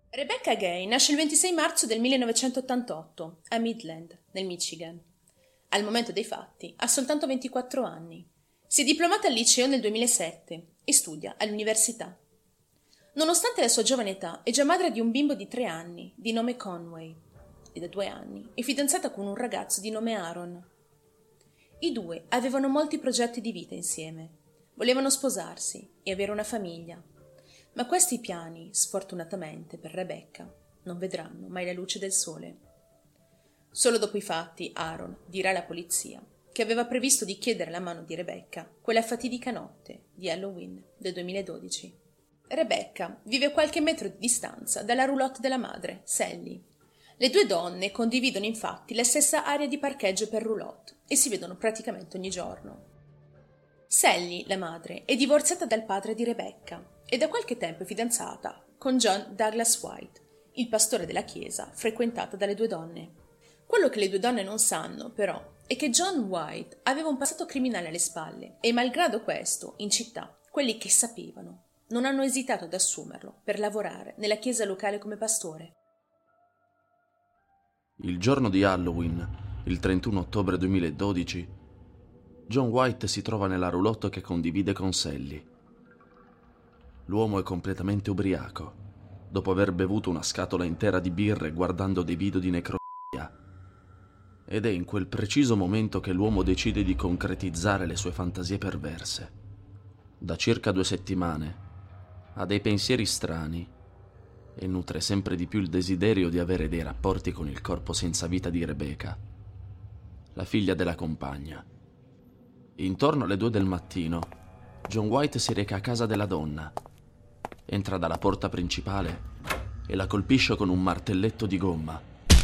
Rebecca Gay nasce il 26 marzo del 1988 a Midland, nel Michigan. Al momento dei fatti ha soltanto 24 anni. Si è diplomata al liceo nel 2007 e studia all'università. Nonostante la sua giovane età, è già madre di un bimbo di 3 anni, di nome Conway, e da 2 anni è fidanzata con un ragazzo di nome Aaron. I due avevano molti progetti di vita insieme. Volevano sposarsi e avere una famiglia. Ma questi piani, sfortunatamente per Rebecca, non vedranno mai la luce del sole. Solo dopo i fatti, Aaron dirà alla polizia che aveva previsto di chiedere la mano di Rebecca quella fatidica notte di Halloween del 2012. Rebecca vive a qualche metro di distanza dalla roulotte della madre, Sally. Le due donne condividono infatti la stessa area di parcheggio per roulotte e si vedono praticamente ogni giorno. Sally, la madre, è divorziata dal padre di Rebecca e da qualche tempo è fidanzata con John Douglas White, il pastore della chiesa frequentata dalle due donne. Quello che le due donne non sanno, però, è che John White aveva un passato criminale alle spalle e, malgrado questo, in città, quelli che sapevano non hanno esitato ad assumerlo per lavorare nella chiesa locale come pastore. Il giorno di Halloween, il 31 ottobre 2012, John White si trova nella roulotte che condivide con Sally. L'uomo è completamente ubriaco, dopo aver bevuto una scatola intera di birre guardando dei video di necrofilia. Ed è in quel preciso momento che l'uomo decide di concretizzare le sue fantasie perverse. Da circa 2 settimane ha dei pensieri strani e nutre sempre di più il desiderio di avere dei rapporti con il corpo senza vita di Rebecca, la figlia della compagna. Intorno alle 2 del mattino, John White si reca a casa della donna, entra dalla porta principale e la colpisce con un martelletto di gomma.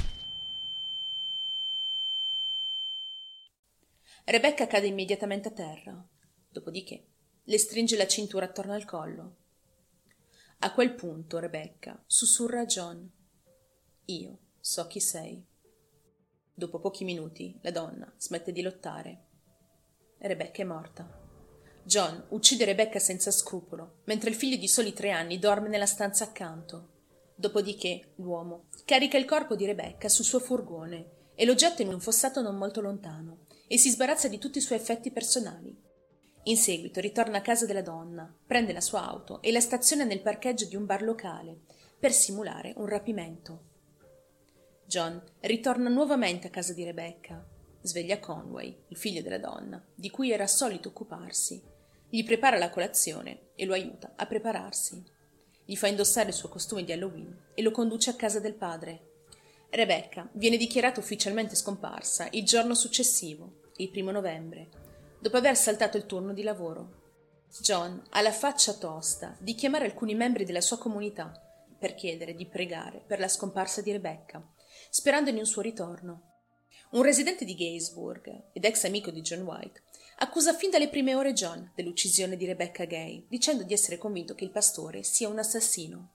Rebecca cade immediatamente a terra, dopodiché le stringe la cintura attorno al collo. A quel punto Rebecca sussurra a John: «Io so chi sei». Dopo pochi minuti la donna smette di lottare. Rebecca è morta. John uccide Rebecca senza scrupolo, mentre il figlio di soli 3 anni dorme nella stanza accanto. Dopodiché l'uomo carica il corpo di Rebecca sul suo furgone e lo getta in un fossato non molto lontano e si sbarazza di tutti i suoi effetti personali. In seguito ritorna a casa della donna, prende la sua auto e la staziona nel parcheggio di un bar locale per simulare un rapimento. John ritorna nuovamente a casa di Rebecca, sveglia Conway, il figlio della donna, di cui era solito occuparsi, gli prepara la colazione e lo aiuta a prepararsi. Gli fa indossare il suo costume di Halloween e lo conduce a casa del padre. Rebecca viene dichiarata ufficialmente scomparsa il giorno successivo, il 1 novembre, dopo aver saltato il turno di lavoro. John ha la faccia tosta di chiamare alcuni membri della sua comunità per chiedere di pregare per la scomparsa di Rebecca, sperando in un suo ritorno. Un residente di Gettysburg ed ex amico di John White accusa fin dalle prime ore John dell'uccisione di Rebecca Gay, dicendo di essere convinto che il pastore sia un assassino.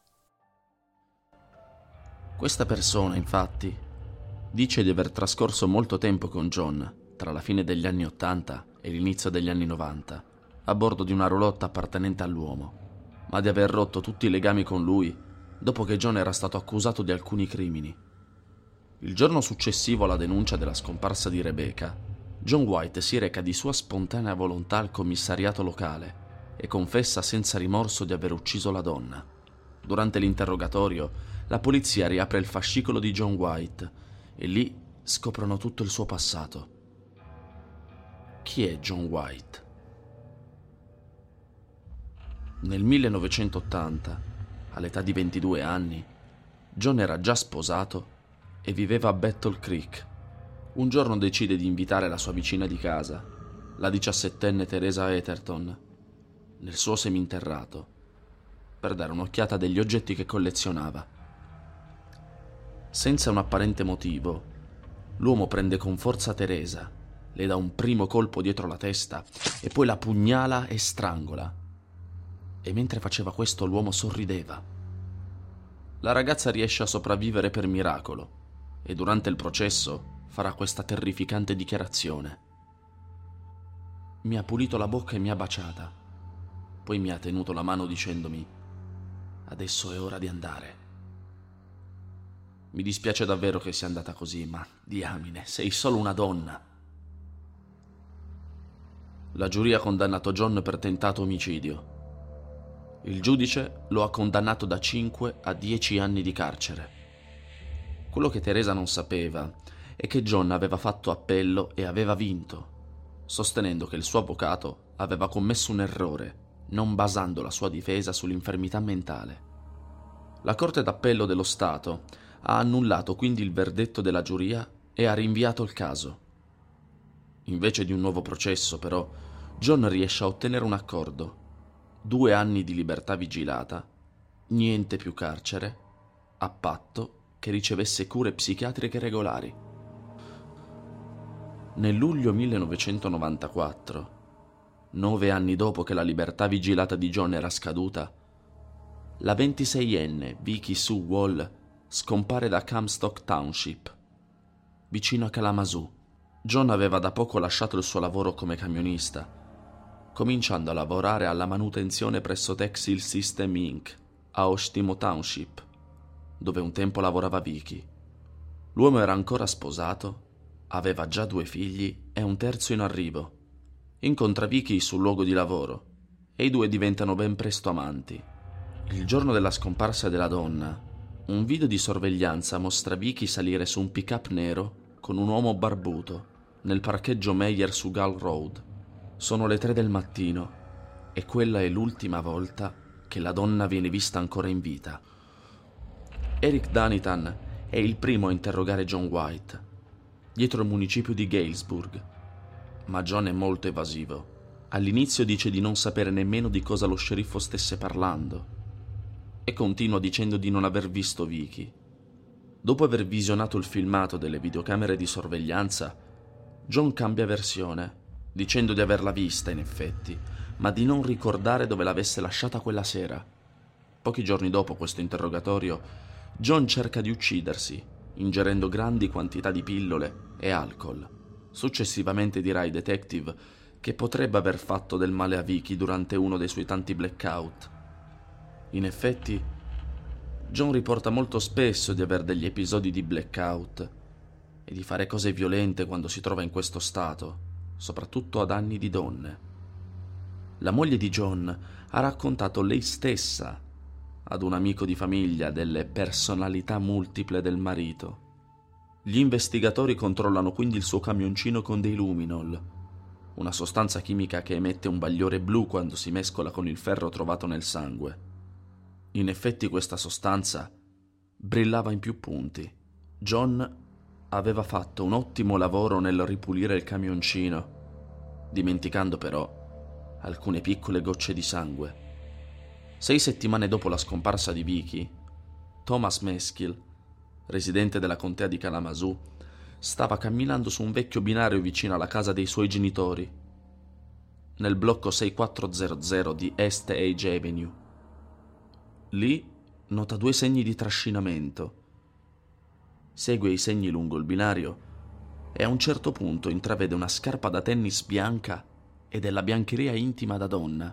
Questa persona, infatti, dice di aver trascorso molto tempo con John tra la fine degli anni 80 e l'inizio degli anni 90, a bordo di una roulotte appartenente all'uomo, ma di aver rotto tutti i legami con lui dopo che John era stato accusato di alcuni crimini. Il giorno successivo alla denuncia della scomparsa di Rebecca, John White si reca di sua spontanea volontà al commissariato locale e confessa senza rimorso di aver ucciso la donna. Durante l'interrogatorio, la polizia riapre il fascicolo di John White e lì scoprono tutto il suo passato. Chi è John White? Nel 1980, all'età di 22 anni, John era già sposato e viveva a Battle Creek. Un giorno decide di invitare la sua vicina di casa, la 17enne Teresa Etherton, nel suo seminterrato, per dare un'occhiata degli oggetti che collezionava. Senza un apparente motivo, l'uomo prende con forza Teresa, le dà un primo colpo dietro la testa e poi la pugnala e strangola. E mentre faceva questo l'uomo sorrideva. La ragazza riesce a sopravvivere per miracolo e durante il processo farà questa terrificante dichiarazione. Mi ha pulito la bocca e mi ha baciata. Poi mi ha tenuto la mano dicendomi: adesso è ora di andare. Mi dispiace davvero che sia andata così, ma diamine, sei solo una donna. La giuria ha condannato John per tentato omicidio. Il giudice lo ha condannato da 5 a 10 anni di carcere. Quello che Teresa non sapeva è che John aveva fatto appello e aveva vinto, sostenendo che il suo avvocato aveva commesso un errore, non basando la sua difesa sull'infermità mentale. La Corte d'Appello dello Stato ha annullato quindi il verdetto della giuria e ha rinviato il caso. Invece di un nuovo processo, però, John riesce a ottenere un accordo. 2 anni di libertà vigilata, niente più carcere, a patto che ricevesse cure psichiatriche regolari. Nel luglio 1994, 9 anni dopo che la libertà vigilata di John era scaduta, la 26enne Vicky Sue Wall scompare da Comstock Township, vicino a Kalamazoo. John aveva da poco lasciato il suo lavoro come camionista, cominciando a lavorare alla manutenzione presso Textile System Inc. a Ostimo Township, dove un tempo lavorava Vicky. L'uomo era ancora sposato, aveva già 2 figli e un terzo in arrivo. Incontra Vicky sul luogo di lavoro e i due diventano ben presto amanti. Il giorno della scomparsa della donna, un video di sorveglianza mostra Vicky salire su un pick-up nero con un uomo barbuto nel parcheggio Meyer su Gull Road. Sono le 3 del mattino e quella è l'ultima volta che la donna viene vista ancora in vita. Eric Danitan è il primo a interrogare John White, dietro il municipio di Galesburg, ma John è molto evasivo. All'inizio dice di non sapere nemmeno di cosa lo sceriffo stesse parlando e continua dicendo di non aver visto Vicky. Dopo aver visionato il filmato delle videocamere di sorveglianza, John cambia versione, dicendo di averla vista in effetti, ma di non ricordare dove l'avesse lasciata quella sera. Pochi giorni dopo questo interrogatorio, John cerca di uccidersi, ingerendo grandi quantità di pillole e alcol. Successivamente dirà ai detective che potrebbe aver fatto del male a Vicky durante uno dei suoi tanti blackout. In effetti, John riporta molto spesso di aver degli episodi di blackout e di fare cose violente quando si trova in questo stato, soprattutto a danni di donne. La moglie di John ha raccontato lei stessa ad un amico di famiglia delle personalità multiple del marito. Gli investigatori controllano quindi il suo camioncino con dei luminol, una sostanza chimica che emette un bagliore blu quando si mescola con il ferro trovato nel sangue. In effetti questa sostanza brillava in più punti. John aveva fatto un ottimo lavoro nel ripulire il camioncino, dimenticando però alcune piccole gocce di sangue. 6 settimane dopo la scomparsa di Vicky, Thomas Meskill, residente della contea di Kalamazoo, stava camminando su un vecchio binario vicino alla casa dei suoi genitori, nel blocco 6400 di East Age Avenue. Lì nota 2 segni di trascinamento. Segue i segni lungo il binario e a un certo punto intravede una scarpa da tennis bianca e della biancheria intima da donna.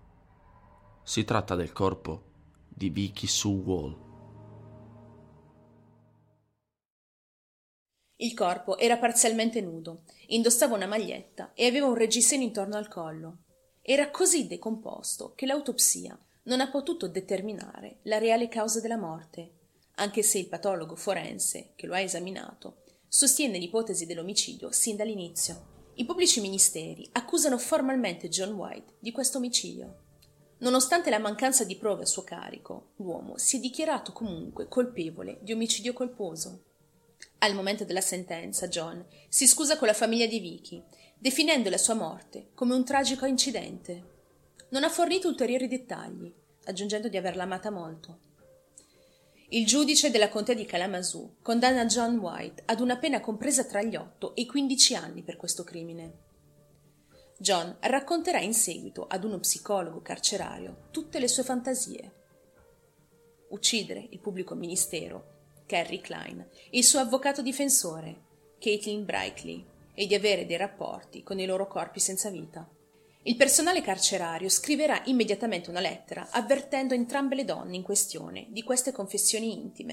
Si tratta del corpo di Vicky Sue Wall. Il corpo era parzialmente nudo, indossava una maglietta e aveva un reggiseno intorno al collo. Era così decomposto che l'autopsia non ha potuto determinare la reale causa della morte, anche se il patologo forense che lo ha esaminato sostiene l'ipotesi dell'omicidio sin dall'inizio. I pubblici ministeri accusano formalmente John White di questo omicidio. Nonostante la mancanza di prove a suo carico, l'uomo si è dichiarato comunque colpevole di omicidio colposo. Al momento della sentenza, John si scusa con la famiglia di Vicky, definendo la sua morte come un tragico incidente. Non ha fornito ulteriori dettagli, aggiungendo di averla amata molto. Il giudice della contea di Kalamazoo condanna John White ad una pena compresa tra gli 8 e i 15 anni per questo crimine. John racconterà in seguito ad uno psicologo carcerario tutte le sue fantasie. Uccidere il pubblico ministero, Kerry Klein, il suo avvocato difensore, Caitlin Brickley, e di avere dei rapporti con i loro corpi senza vita. Il personale carcerario scriverà immediatamente una lettera avvertendo entrambe le donne in questione di queste confessioni intime,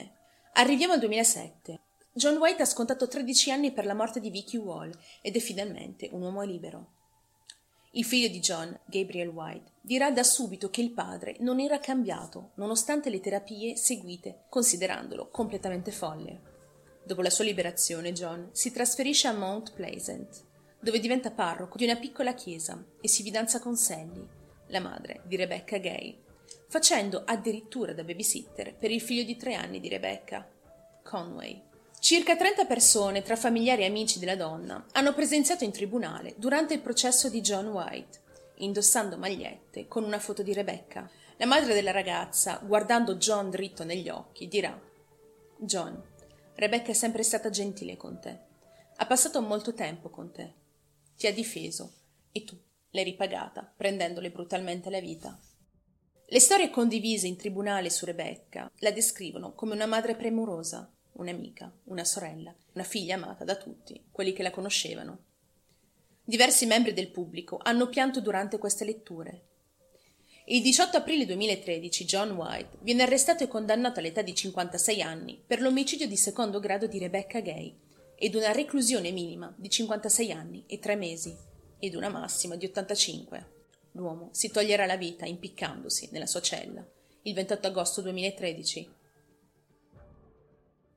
Arriviamo al 2007. John White ha scontato 13 anni per la morte di Vicky Wall ed è finalmente un uomo libero. Il figlio di John, Gabriel White, dirà da subito che il padre non era cambiato, nonostante le terapie seguite, considerandolo completamente folle. Dopo la sua liberazione, John si trasferisce a Mount Pleasant, dove diventa parroco di una piccola chiesa e si fidanza con Sally, la madre di Rebecca Gay, facendo addirittura da babysitter per il figlio di 3 anni di Rebecca, Conway. Circa 30 persone, tra familiari e amici della donna, hanno presenziato in tribunale durante il processo di John White, indossando magliette con una foto di Rebecca. La madre della ragazza, guardando John dritto negli occhi, dirà: «John, Rebecca è sempre stata gentile con te. Ha passato molto tempo con te. Ti ha difeso e tu l'hai ripagata prendendole brutalmente la vita». Le storie condivise in tribunale su Rebecca la descrivono come una madre premurosa, un'amica, una sorella, una figlia amata da tutti, quelli che la conoscevano. Diversi membri del pubblico hanno pianto durante queste letture. Il 18 aprile 2013 John White viene arrestato e condannato all'età di 56 anni per l'omicidio di secondo grado di Rebecca Gay ed una reclusione minima di 56 anni e 3 mesi ed una massima di 85. L'uomo si toglierà la vita impiccandosi nella sua cella il 28 agosto 2013.